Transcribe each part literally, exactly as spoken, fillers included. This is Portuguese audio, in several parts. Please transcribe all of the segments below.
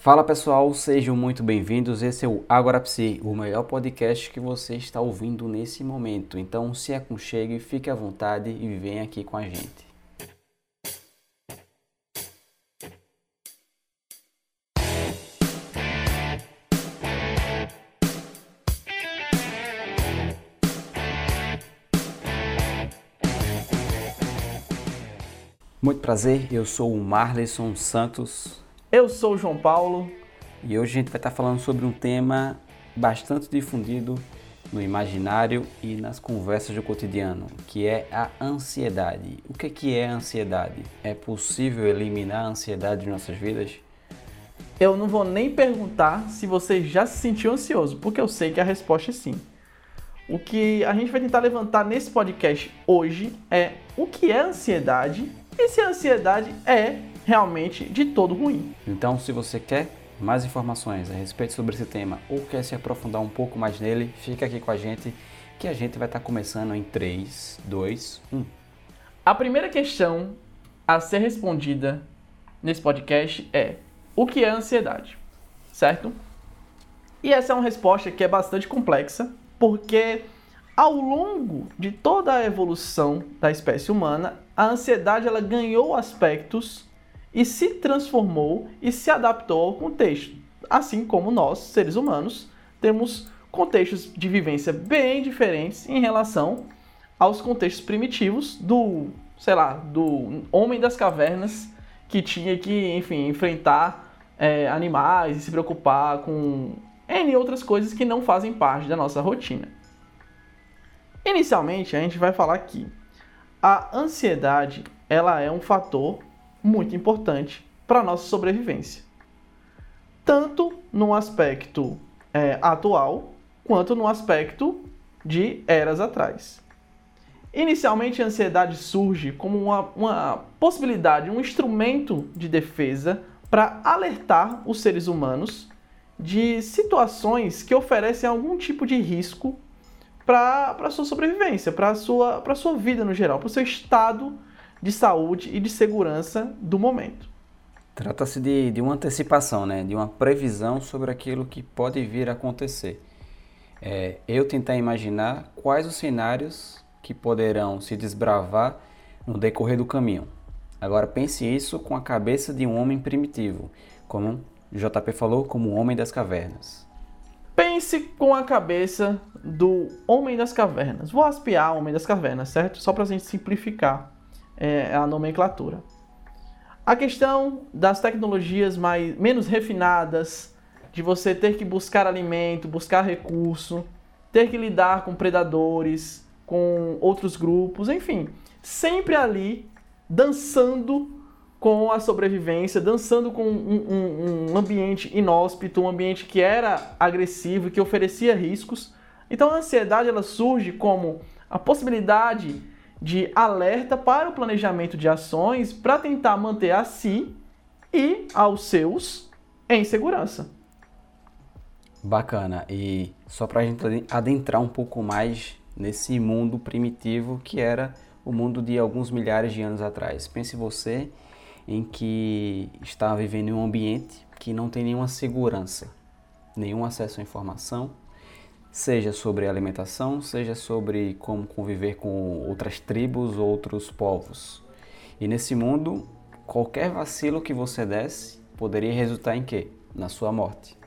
Fala pessoal, sejam muito bem-vindos. Esse é o Agora Psi, o melhor podcast que você está ouvindo nesse momento. Então se aconchegue, fique à vontade e venha aqui com a gente. Muito prazer, eu sou o Marleson Santos. Eu sou o João Paulo. E hoje a gente vai estar falando sobre um tema bastante difundido no imaginário e nas conversas do cotidiano, que é a ansiedade. O que que é a ansiedade? É possível eliminar a ansiedade de nossas vidas? Eu não vou nem perguntar se você já se sentiu ansioso, porque eu sei que a resposta é sim. O que a gente vai tentar levantar nesse podcast hoje é o que é ansiedade e se a ansiedade é realmente de todo ruim. Então, se você quer mais informações a respeito sobre esse tema ou quer se aprofundar um pouco mais nele, fica aqui com a gente que a gente vai estar começando em três, dois, um. A primeira questão a ser respondida nesse podcast é: o que é ansiedade? Certo? E essa é uma resposta que é bastante complexa, porque ao longo de toda a evolução da espécie humana, a ansiedade ela ganhou aspectos e se transformou e se adaptou ao contexto. Assim como nós, seres humanos, temos contextos de vivência bem diferentes em relação aos contextos primitivos do, sei lá, do homem das cavernas que tinha que, enfim, enfrentar é, animais e se preocupar com N outras coisas que não fazem parte da nossa rotina. Inicialmente, a gente vai falar que a ansiedade ela é um fator muito importante para a nossa sobrevivência. Tanto no aspecto é, atual, quanto no aspecto de eras atrás. Inicialmente, a ansiedade surge como uma, uma possibilidade, um instrumento de defesa para alertar os seres humanos de situações que oferecem algum tipo de risco para a sua sobrevivência, para a sua, para a sua vida no geral, para o seu estado de saúde e de segurança do momento. Trata-se de, de uma antecipação, né? De uma previsão sobre aquilo que pode vir a acontecer. É, eu tentar imaginar quais os cenários que poderão se desbravar no decorrer do caminho. Agora pense isso com a cabeça de um homem primitivo, como o J P falou, como o homem das cavernas. Pense com a cabeça do homem das cavernas. Vou aspiar o homem das cavernas, certo? Só para a gente simplificar é, a nomenclatura. A questão das tecnologias mais, menos refinadas, de você ter que buscar alimento, buscar recurso, ter que lidar com predadores, com outros grupos, enfim, sempre ali dançando com a sobrevivência, dançando com um, um, um ambiente inóspito, um ambiente que era agressivo, que oferecia riscos. Então a ansiedade ela surge como a possibilidade de alerta para o planejamento de ações para tentar manter a si e aos seus em segurança. Bacana. E só para a gente adentrar um pouco mais nesse mundo primitivo que era o mundo de alguns milhares de anos atrás. Pense você em que está vivendo em um ambiente que não tem nenhuma segurança, nenhum acesso à informação, seja sobre alimentação, seja sobre como conviver com outras tribos, outros povos. E nesse mundo, qualquer vacilo que você desse poderia resultar em quê? Na sua morte.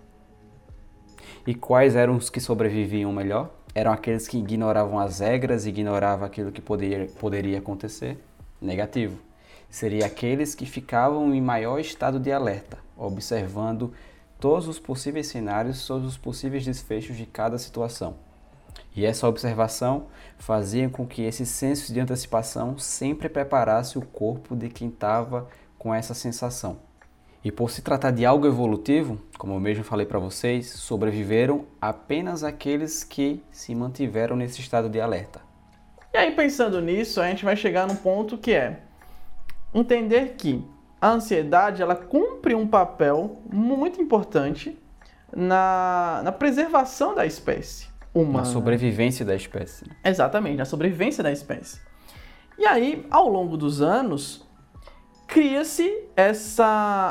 E quais eram os que sobreviviam melhor? Eram aqueles que ignoravam as regras, ignoravam aquilo que poderia, poderia acontecer? Negativo. Seria aqueles que ficavam em maior estado de alerta, observando todos os possíveis cenários, todos os possíveis desfechos de cada situação. E essa observação fazia com que esse senso de antecipação sempre preparasse o corpo de quem estava com essa sensação. E por se tratar de algo evolutivo, como eu mesmo falei para vocês, sobreviveram apenas aqueles que se mantiveram nesse estado de alerta. E aí, pensando nisso, a gente vai chegar num ponto que é entender que a ansiedade ela cumpre um papel muito importante na, na preservação da espécie humana. Na sobrevivência da espécie. Exatamente, na sobrevivência da espécie. E aí, ao longo dos anos, cria-se essa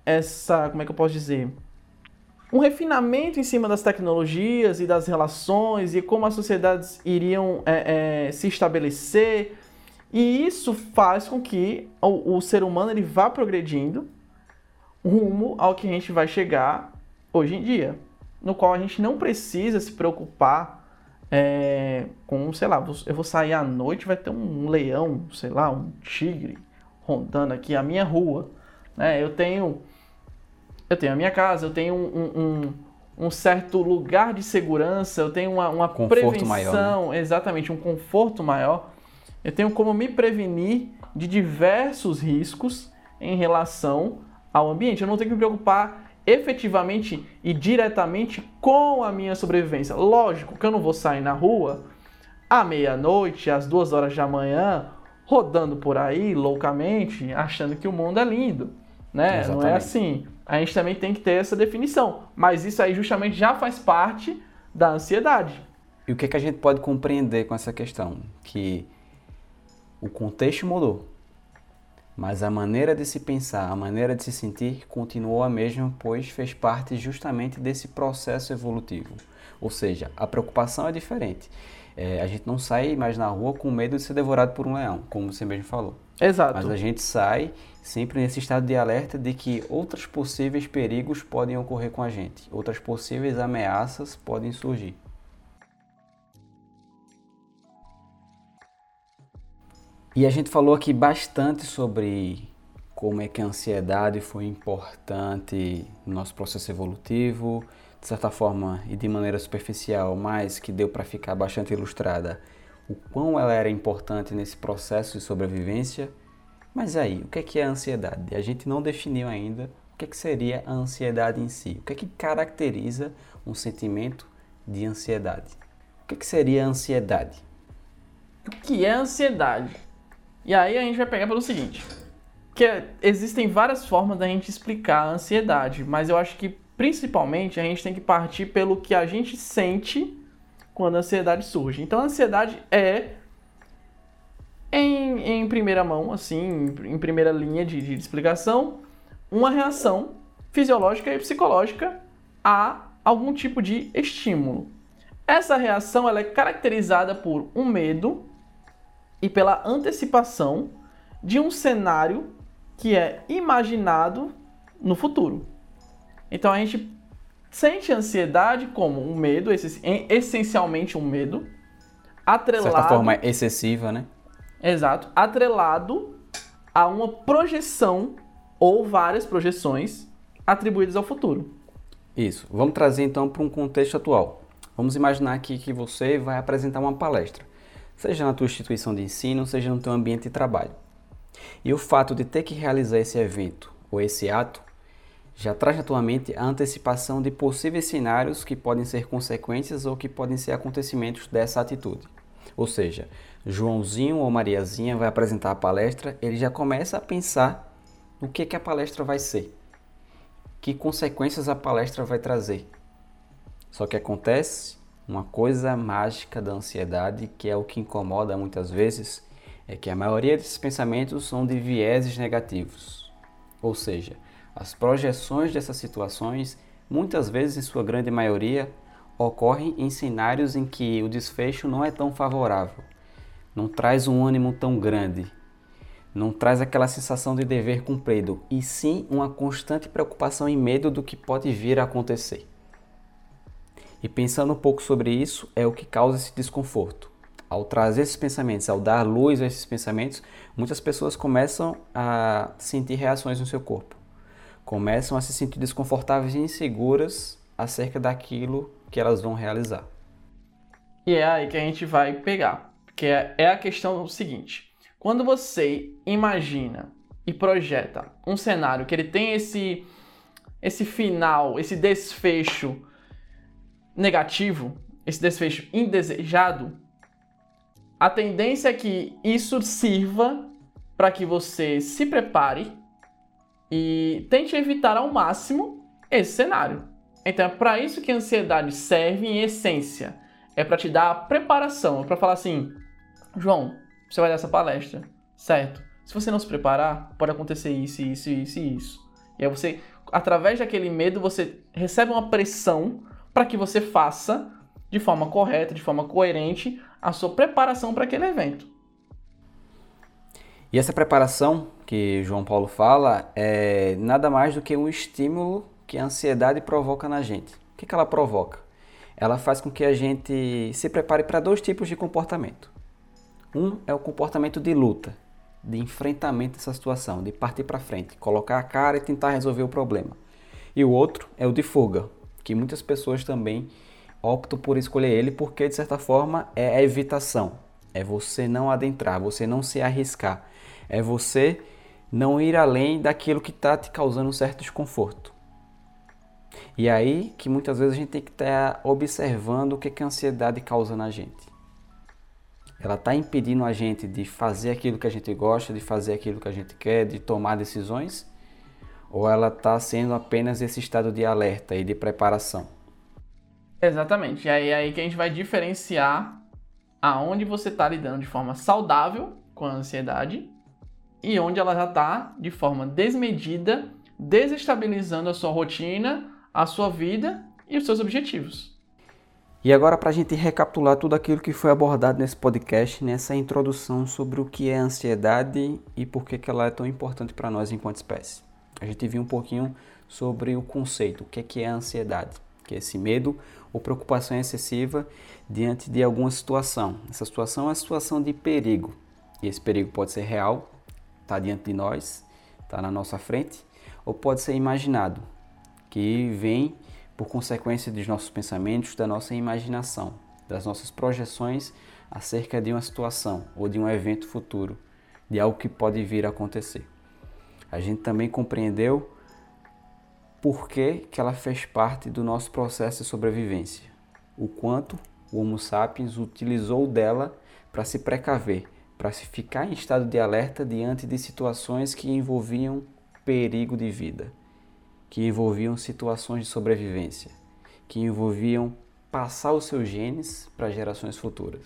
essa, como é que eu posso dizer? Um refinamento em cima das tecnologias e das relações e como as sociedades iriam é, é, se estabelecer. E isso faz com que o, o ser humano ele vá progredindo rumo ao que a gente vai chegar hoje em dia, no qual a gente não precisa se preocupar é, com, sei lá, eu vou sair à noite, vai ter um leão, sei lá, um tigre rondando aqui a minha rua, né? Eu tenho, eu tenho a minha casa, eu tenho um, um, um certo lugar de segurança, eu tenho uma, uma prevenção, maior, né? Exatamente, um conforto maior. Eu tenho como me prevenir de diversos riscos em relação ao ambiente. Eu não tenho que me preocupar efetivamente e diretamente com a minha sobrevivência. Lógico que eu não vou sair na rua à meia-noite, às duas horas da manhã, rodando por aí loucamente, achando que o mundo é lindo, né? Exatamente. Não é assim. A gente também tem que ter essa definição. Mas isso aí justamente já faz parte da ansiedade. E o que, que a gente pode compreender com essa questão? Que o contexto mudou, mas a maneira de se pensar, a maneira de se sentir continuou a mesma, pois fez parte justamente desse processo evolutivo. Ou seja, a preocupação é diferente. É, a gente não sai mais na rua com medo de ser devorado por um leão, como você mesmo falou. Exato. Mas a gente sai sempre nesse estado de alerta de que outros possíveis perigos podem ocorrer com a gente, outras possíveis ameaças podem surgir. E a gente falou aqui bastante sobre como é que a ansiedade foi importante no nosso processo evolutivo, de certa forma e de maneira superficial, mas que deu para ficar bastante ilustrada o quão ela era importante nesse processo de sobrevivência. Mas aí, o que é que é a ansiedade? A gente não definiu ainda o que é que seria a ansiedade em si. O que é que caracteriza um sentimento de ansiedade? O que é que seria a ansiedade? O que é ansiedade? E aí a gente vai pegar pelo seguinte, que existem várias formas da gente explicar a ansiedade, mas eu acho que principalmente a gente tem que partir pelo que a gente sente quando a ansiedade surge. Então a ansiedade é, em, em primeira mão, assim, em primeira linha de, de explicação, uma reação fisiológica e psicológica a algum tipo de estímulo. Essa reação ela é caracterizada por um medo e pela antecipação de um cenário que é imaginado no futuro. Então a gente sente ansiedade como um medo, essencialmente um medo, atrelado... De certa forma excessiva, né? Exato. Atrelado a uma projeção ou várias projeções atribuídas ao futuro. Isso. Vamos trazer então para um contexto atual. Vamos imaginar aqui que você vai apresentar uma palestra, seja na tua instituição de ensino, seja no teu ambiente de trabalho. E o fato de ter que realizar esse evento ou esse ato já traz na tua mente a antecipação de possíveis cenários que podem ser consequências ou que podem ser acontecimentos dessa atitude. Ou seja, Joãozinho ou Mariazinha vai apresentar a palestra, ele já começa a pensar no que, que a palestra vai ser, que consequências a palestra vai trazer. Só que acontece uma coisa mágica da ansiedade, que é o que incomoda muitas vezes, é que a maioria desses pensamentos são de vieses negativos. Ou seja, as projeções dessas situações, muitas vezes, em sua grande maioria, ocorrem em cenários em que o desfecho não é tão favorável, não traz um ânimo tão grande, não traz aquela sensação de dever cumprido, e sim uma constante preocupação e medo do que pode vir a acontecer. E pensando um pouco sobre isso, é o que causa esse desconforto. Ao trazer esses pensamentos, ao dar luz a esses pensamentos, muitas pessoas começam a sentir reações no seu corpo. Começam a se sentir desconfortáveis e inseguras acerca daquilo que elas vão realizar. E é aí que a gente vai pegar, porque é a questão seguinte. Quando você imagina e projeta um cenário que ele tem esse, esse final, esse desfecho negativo, esse desfecho indesejado, a tendência é que isso sirva para que você se prepare e tente evitar ao máximo esse cenário. Então é para isso que a ansiedade serve em essência. É para te dar a preparação, é para falar assim, João, você vai dar essa palestra, certo? Se você não se preparar, pode acontecer isso, isso, isso e isso. E aí você através daquele medo, você recebe uma pressão para que você faça de forma correta, de forma coerente, a sua preparação para aquele evento. E essa preparação que João Paulo fala é nada mais do que um estímulo que a ansiedade provoca na gente. O que, que ela provoca? Ela faz com que a gente se prepare para dois tipos de comportamento. Um é o comportamento de luta, de enfrentamento dessa situação, de partir para frente, colocar a cara e tentar resolver o problema. E o outro é o de fuga, que muitas pessoas também optam por escolher ele porque, de certa forma, é a evitação. É você não adentrar, você não se arriscar. É você não ir além daquilo que está te causando um certo desconforto. E é aí que muitas vezes a gente tem que estar observando o que, que a ansiedade causa na gente. Ela está impedindo a gente de fazer aquilo que a gente gosta, de fazer aquilo que a gente quer, de tomar decisões? Ou ela está sendo apenas esse estado de alerta e de preparação? Exatamente. E aí, aí que a gente vai diferenciar aonde você está lidando de forma saudável com a ansiedade e onde ela já está de forma desmedida, desestabilizando a sua rotina, a sua vida e os seus objetivos. E agora, para a gente recapitular tudo aquilo que foi abordado nesse podcast, nessa introdução sobre o que é a ansiedade e por que ela é tão importante para nós enquanto espécie. A gente viu um pouquinho sobre o conceito, o que é a ansiedade, que é esse medo ou preocupação excessiva diante de alguma situação. Essa situação é uma situação de perigo, e esse perigo pode ser real, está diante de nós, está na nossa frente, ou pode ser imaginado, que vem por consequência dos nossos pensamentos, da nossa imaginação, das nossas projeções acerca de uma situação ou de um evento futuro, de algo que pode vir a acontecer. A gente também compreendeu por que, que ela fez parte do nosso processo de sobrevivência, o quanto o Homo sapiens utilizou dela para se precaver, para se ficar em estado de alerta diante de situações que envolviam perigo de vida, que envolviam situações de sobrevivência, que envolviam passar os seus genes para gerações futuras.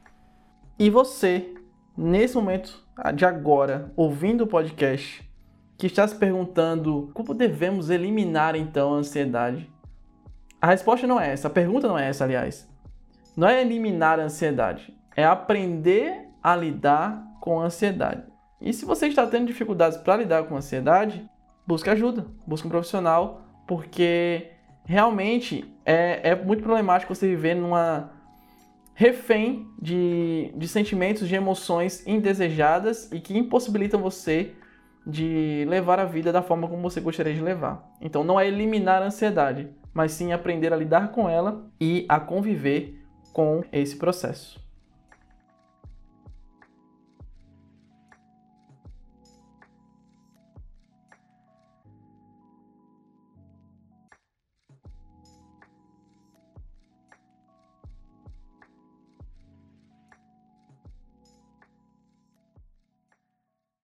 E você, nesse momento de agora, ouvindo o podcast, que está se perguntando como devemos eliminar então a ansiedade? A resposta não é essa, a pergunta não é essa, aliás. Não é eliminar a ansiedade, é aprender a lidar com a ansiedade. E se você está tendo dificuldades para lidar com a ansiedade, busque ajuda, busque um profissional, porque realmente é, é muito problemático você viver numa refém de, de sentimentos, de emoções indesejadas e que impossibilitam você de levar a vida da forma como você gostaria de levar. Então não é eliminar a ansiedade, mas sim aprender a lidar com ela e a conviver com esse processo.